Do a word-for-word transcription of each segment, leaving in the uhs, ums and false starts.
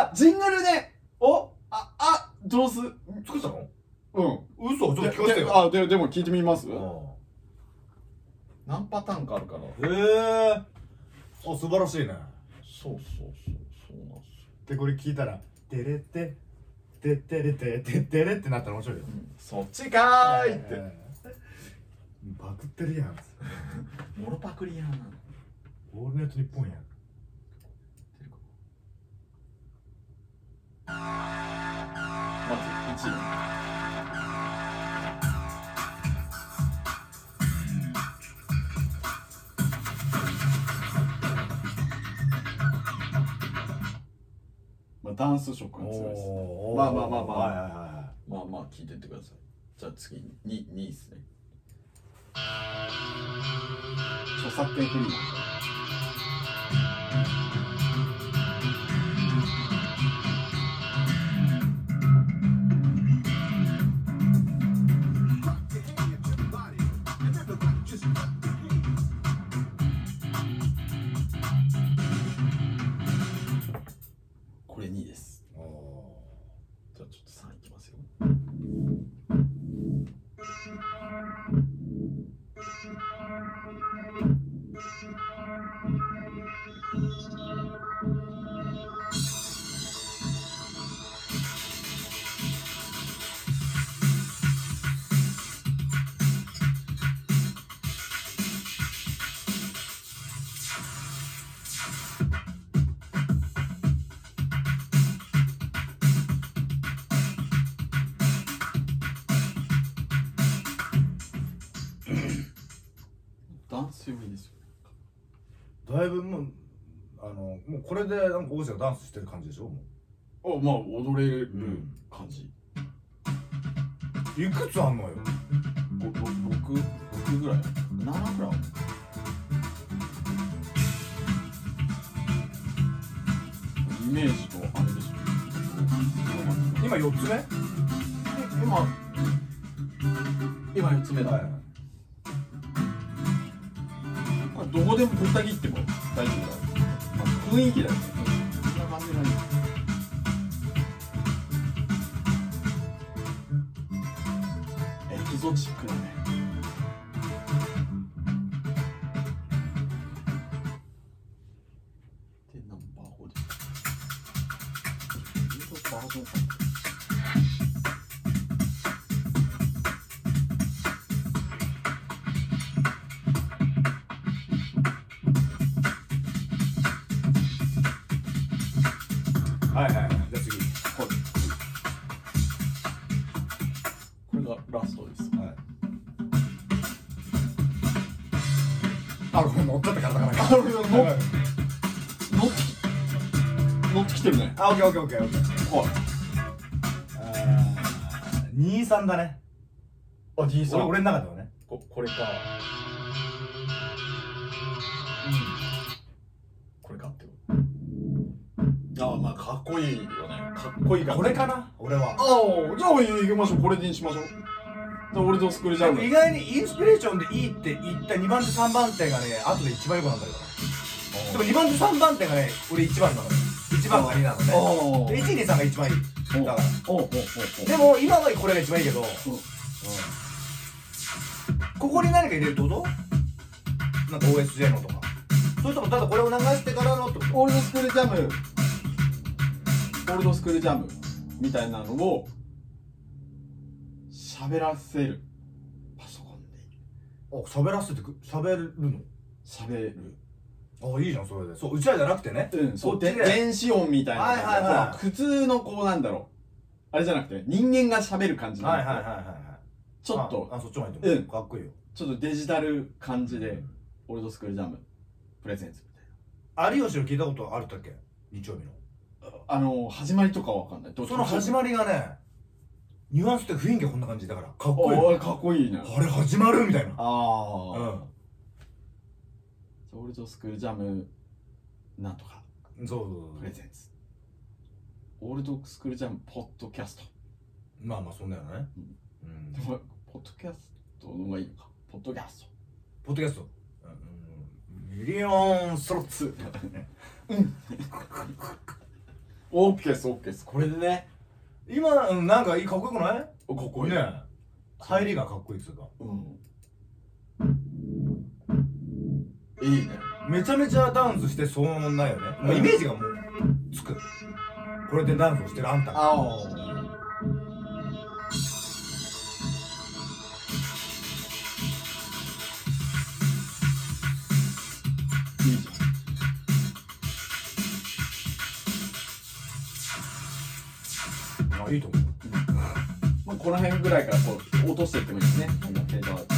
あジングルでおああどうす作ったの？ うん嘘、ちょっと聞かせてよ。 あででも聞いてみます？何パターンかあるからへえ。あ、素晴らしいね。 そうそうそうそうなんですよ。 でこれ聞いたらテレテテテレテテテレってなったら面白いよ。 そっちかーいってパクってるやん。 モロパクリやん。 オールナイトニッポンやん。 まずいちいまあダンス色が強いですね。まあまあまあまあはいはいはいはい。 まあまあ聞いてってください。じゃあ次ににですね。著作権フリーなんで。これにです。じゃあちょっとさんいきますよ。ダンス良いですよ。 だいぶもうあのもうこれでなんか王子がダンスしてる感じでしょ。もあまあ踊れる感じ。 ういくつあんのよ。 ろくぐらいななぐらいイメージとあれでしょ。 今よっつめ？ 今今よっつめだ。 はい。 これどこでもぶった切っても大丈夫だ。まあ、雰囲気だよね。そんな感じがいい。エキゾチックだね。でナンバーごです。バージョンかな。 はいはいはい。じゃあ次。 これこれがラストです。 はい。あ、これ乗っちゃったからだから。 あ、乗って乗ってきてるね。 あ、オッケーオッケーオッケーオッケー。 はい。 あー、にさんだね。 あ、D さん。 俺俺の中ではね。 ここれか。これかってああ、まあかっこいいよね。かっこいいから。 これかな俺は。 ああ、じゃあ行きましょう。これにしましょう。で俺とスクールジャム。 意外にインスピレーションでいいって言ったにばん手さんばん手がね、後で一番良くなったけどね。でもにばん手さんばん手がね、俺いちばんなのよ。いちばんがになのね。でいちいにさんが一番いい。だからでも今はこれが一番いいけど、ここに何か入れるってこと？なんか オーエスジェー のとか、それともただこれを流してからのってこと？ オールドスクールジャムオールドスクールジャムみたいなのを喋らせる。パソコンであ、喋らせてく、喋るの？ 喋る。 あ、いいじゃんそれで。そう、うちらじゃなくてね。 うん、そう、 で電子音みたいな。 はいはいはい。 普通のこうなんだろう。あれじゃなくて、人間が喋る感じ。 はいはいはいはいはい。 ちょっと、 あ、そっちもいいと思う。 うん、 かっこいいよ。 ちょっとデジタル感じで、オールドスクールジャムプレゼンツみたいな。 有吉の聞いたことあるったっけ？日曜日の。 あの始まりとかわかんない。 その始まりがね、ニュアンスって雰囲気がこんな感じだからかっこいい。 あれかっこいいね。 あれ始まるみたいな。 ああ。 うん。 オールドスクールジャムなんとか。 そうそうそう。 プレゼンツ。オールドスクールジャムポッドキャスト。 まあまあそんなよね。 うん。でもポッドキャストの方がいいのか。ポッドキャスト。 ポッドキャスト。ミリオンスロッツ。 うん。オオッケーですオッケーです。これでね、 今、うん、なんかいい、かっこよくない？ かっこいいね。入りがかっこいいっつうか。 うん、いいね。 めちゃめちゃダンスしてそうないよね。もうイメージがもうつく。これでダンスをしてるあんたが。 ああ、いいじゃん。あ、いいと思う。 まあこの辺ぐらいからこう落としていってもいいですね。このフェードアウト。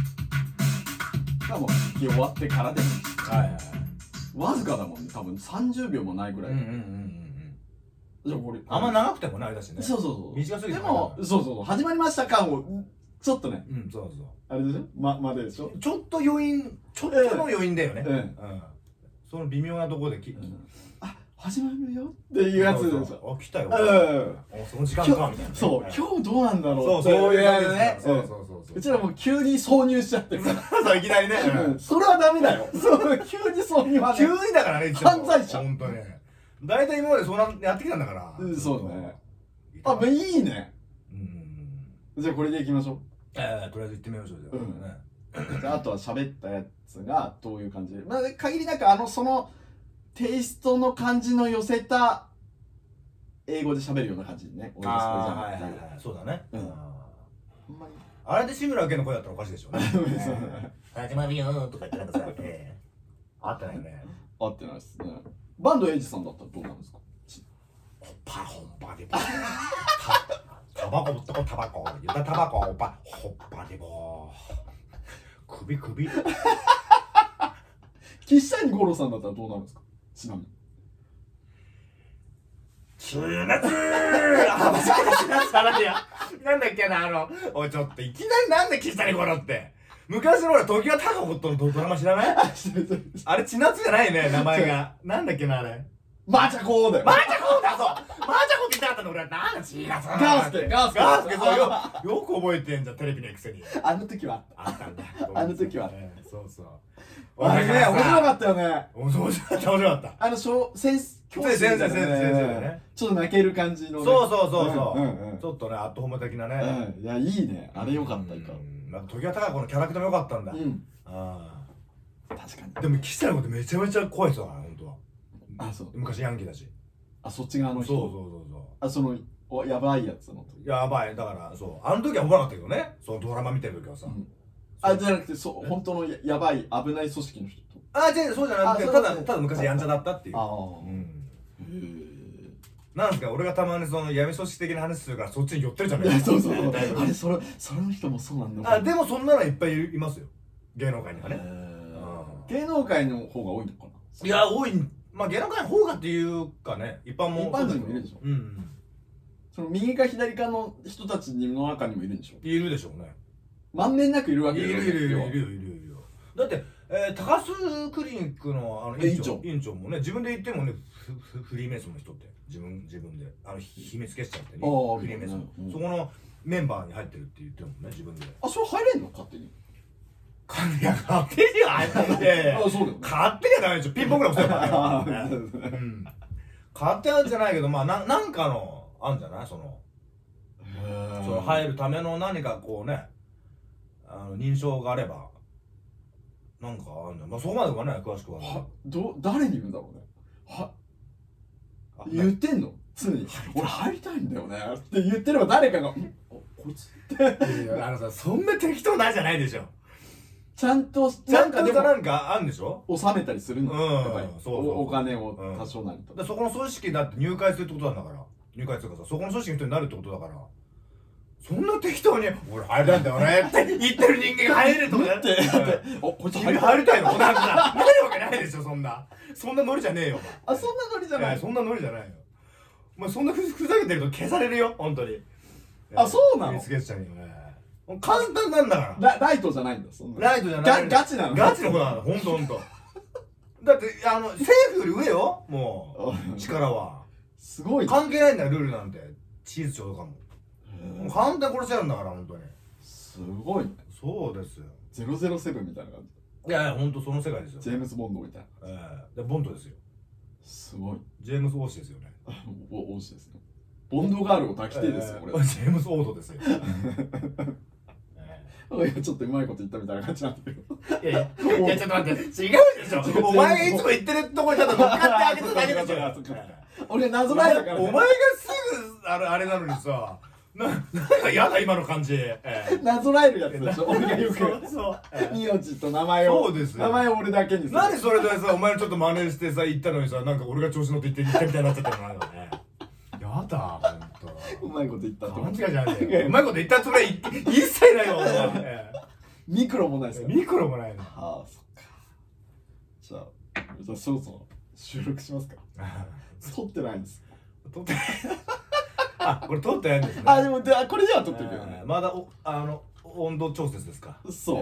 まあもう聞き終わってからでもいい。 はいはいはい。 わずかだもんね。多分さんじゅうびょうもないぐらい。 うんうんうんうんじゃあこれあんま長くてもないだしね。 そうそうそう。 短すぎてでも、そうそうそう。始まりました感をちょっとね。 うん、そうそう。 あれでしょま、まででしょちょっと余韻、ちょっとの余韻だよね。 うん。 うん。その微妙なところでき、 あ、始まるよっていうやつでしょ。 あ、来たよ。 うん。 その時間かみたいな。 そう、今日どうなんだろうそう、そういうやつね。 そうそうそう。 うちらもう急に挿入しちゃってるから。 そう、いきなりね。 それはダメだよ。そう、急に挿入はね。 急にだからね、 犯罪者。 ほんとね。大体今までそうなんやってきたんだから。 うん、そうね。あ、まあいいね。 うん。 じゃあこれでいきましょう。 ええ、とりあえず行ってみましょうじゃあ。 じゃああとは喋ったやつがどういう感じで。まあ限りなくあの、そのテイストの感じの寄せた英語で喋るような感じでね。 ああ、はいはいはい。そうだね。うん。あれで志村けんの声だったらおかしいでしょうね。始まるよーとか言ってなんかさ、あってないよね。 合ってないですね。バンドエイジさんだったらどうなんですか？ パホンパデボタバコぶっとこタバコゆだタバコパホッパデボ首首岸谷五郎さんだったらどうなるんですか？ちなみに中夏あ、間違えた、中夏話やなんだっけな、あのおいちょっといきなりなんで岸谷五郎って昔の俺時はタカコとのドラマ知らない？あれ千夏じゃないね、名前がなんだっけな、あれマーチャコーだよ。 マーチャコーだぞ。マーチャコーって言ってなかったの俺はなんだ千夏ガースケガースケガースケそうよよく覚えてんじゃんテレビのくせに。 あの時はあったんだ。 あの時はそうそう。 あれね、面白かったよね。 面白かった、面白かった。 あの、小、先生、 教師先生、先生、先生ね。 ちょっと泣ける感じのね。 そうそうそうそう。 うんうん。 ちょっとね、アットホーム的なね。 うん。いや、いいね。あれよかった、いいか。 なんか、時は高子のキャラクターもよかったんだ。うん。 ああ。確かに。 でも、岸谷のことめちゃめちゃ怖い人だから、ほんとは。 あ、そう。 昔ヤンキーだし。 あ、そっち側の人。 そうそうそうそう。 あ、その、お、やばいやつの。 やばい、だから、そう。あの時は思わなかったけどね。そのドラマ見てる時はさ。 あ、じゃなくて、そう、本当のや、やばい、危ない組織の人。 あ、違う、そうじゃなくて、ただ、ただ昔やんちゃだったっていう。ああ。うん。へえ。なんすか、俺がたまにその闇組織的な話するから、そっちに寄ってるじゃないですか。そうそうそう。あれ、それ、それの人もそうなんだ。あ、でもそんなのいっぱいいますよ。芸能界にはね。芸能界の方が多いのかな。いや、多い。まあ芸能界の方がっていうかね、一般も。一般人もいるでしょ。うん。その右か左かの人たちの中にもいるんでしょ。いるでしょうね。まんべんなくいるわけよ。いるいるいるいるいるいる。だって、えー、高須クリニックのあの院長院長もね、自分で言ってもね、フフリーメイソンの人って自分自分であの秘密結社ってね、フリーメイソン、うん、そこのメンバーに入ってるって言ってるもんね、自分で。あ、それ入れんの勝手に？いや、勝手には入ってて、あ、そうだよ、ね、勝手にはダメでしょ。ピンポンぐらい押せばね。うん。勝手なんじゃないけど、まあななんかのあんじゃない、そのその入るための何かこうね、あの認証があれば。なんかあんねん。まあそこまではね、詳しくはね。は、ど、誰に言うんだろうね。は、言ってんの常に。俺入りたいんだよね。って言ってれば誰かが、んこいつって。いや、あのさ、そんな適当なんじゃないでしょ。ちゃんと、なんかでも、なんかあんでしょ？収めたりするんだよ。やっぱり。そうそう。お金を多少なりと。そこの組織だって入会するってことなんだから。入会するからさ、そこの組織の人になるってことだから。そんな適当に「俺入りたいんだよね」って言ってる人間が入れるとかだって「おこっち入りたいの？」なんかないわけないでしょ、そんなそんなノリじゃねえよ。あ、そんなノリじゃない。そんなノリじゃないよ。お前そんなふざけてると消されるよ、本当に。あ、そうなの？つけちゃうよね。簡単なんだからライトじゃないんだ、そんなライトじゃない。ガチなの？ガチのことなんだ、ほんとほんと。だってあの政府より上よ、もう力はすごい関係ないんだよ、ルールなんて。チーズ庁とかももう簡単に殺しちゃうんだから、本当に。すごいね。そうですよ。ゼロゼロセブンみたいな感じ。いやいや、本当その世界ですよ。ジェームズ・ボンドみたいな。ええ、でボンドですよ。 すごい。 ジェームス・オーシですよね。 お王子ですね。ボンドガールを抱きてですよ、これ。 ジェームス・オードですよ。 いやちょっとうまいこと言ったみたいな感じなんだけど。 いやいや、いやちょっと待って、違うでしょ。お前がいつも言ってるとこにちょっと乗っかってあげただけでしょ。 俺謎ライダーから。 お前がすぐあれあれなのにさ、な、なんか嫌だ今の感じ。 謎ライルやつでしょ。俺がよく。 そうそう。 名字と名前を。 そうですよ。 名前を俺だけにする。 何それでさ、お前ちょっと真似してさ、言ったのにさ、なんか俺が調子乗って言って言ったみたいになっちゃったのなんだね。やだ、ほんと。 うまいこと言ったと勘違いじゃねえよ。うまいこと言ったつもりは一切ないよ、 ミクロもないですか。 ミクロもないの。 ああ、そっか。じゃあ、じゃあそろそろ収録しますか。撮ってないんです。 撮ってあ、これ撮ってないんですね。 あ、でもでこれでは撮ってるけどね。 まだおあの温度調節ですか。 そう。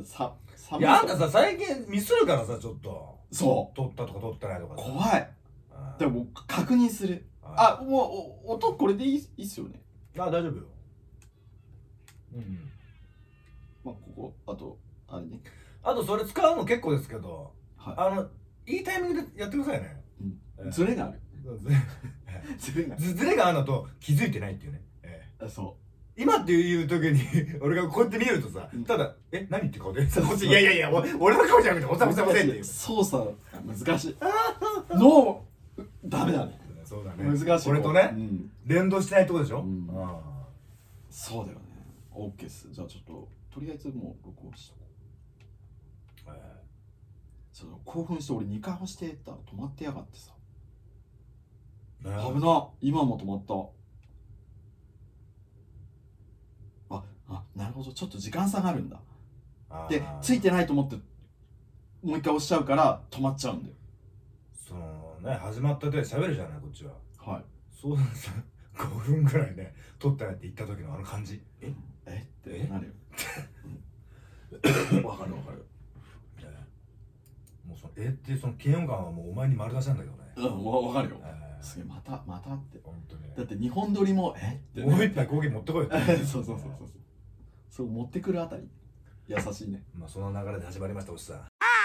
さ、 いやあんたさ最近ミスるからさちょっと。 そう。 撮ったとか撮ってないとか。 怖い。でも確認する。あ、もう音これでいいいいっすよね。 あ、大丈夫よ。うん。 まあここあとあれね。 あとそれ使うの結構ですけど、あのいいタイミングでやってくださいね。 ズレがある。 ズレがズレがあるのと気づいてないっていうね。 そう。 今っていう時に俺がこうやって見るとさ、ただ「え何?」って顔でさ、こっち「いやいやいや俺の顔じゃなくておさおさおせん」っていう。 操作が難しい。脳ダメだね。 そうだね。 難しい。 これとね連動してないってことでしょ。 そうだよね。オッケーっす。じゃあちょっととりあえずもう録音しとこう。ちょっと興奮して俺にかい押してたら止まってやがってさ。危な。今も止まった。ああ、なるほど。ちょっと時間差があるんだ。でついてないと思ってもう一回押しちゃうから止まっちゃうんだよ。 そのね始まったで喋るじゃないこっちは。 はい。 そうなんですよ。ごふんぐらいね撮ってないって言った時のあの感じ。 ええってなるよ。わかるわかる。 もうそのえっていうその嫌悪感はもうお前に丸出しなんだけどね。 うんわかるよ。すげえまたまたって本当に。 だって日本撮りもえってもう一杯コーヒー持ってこいよ。 そうそうそうそうそう持ってくるあたり優しいね。 まあその流れで始まりましたおっさん。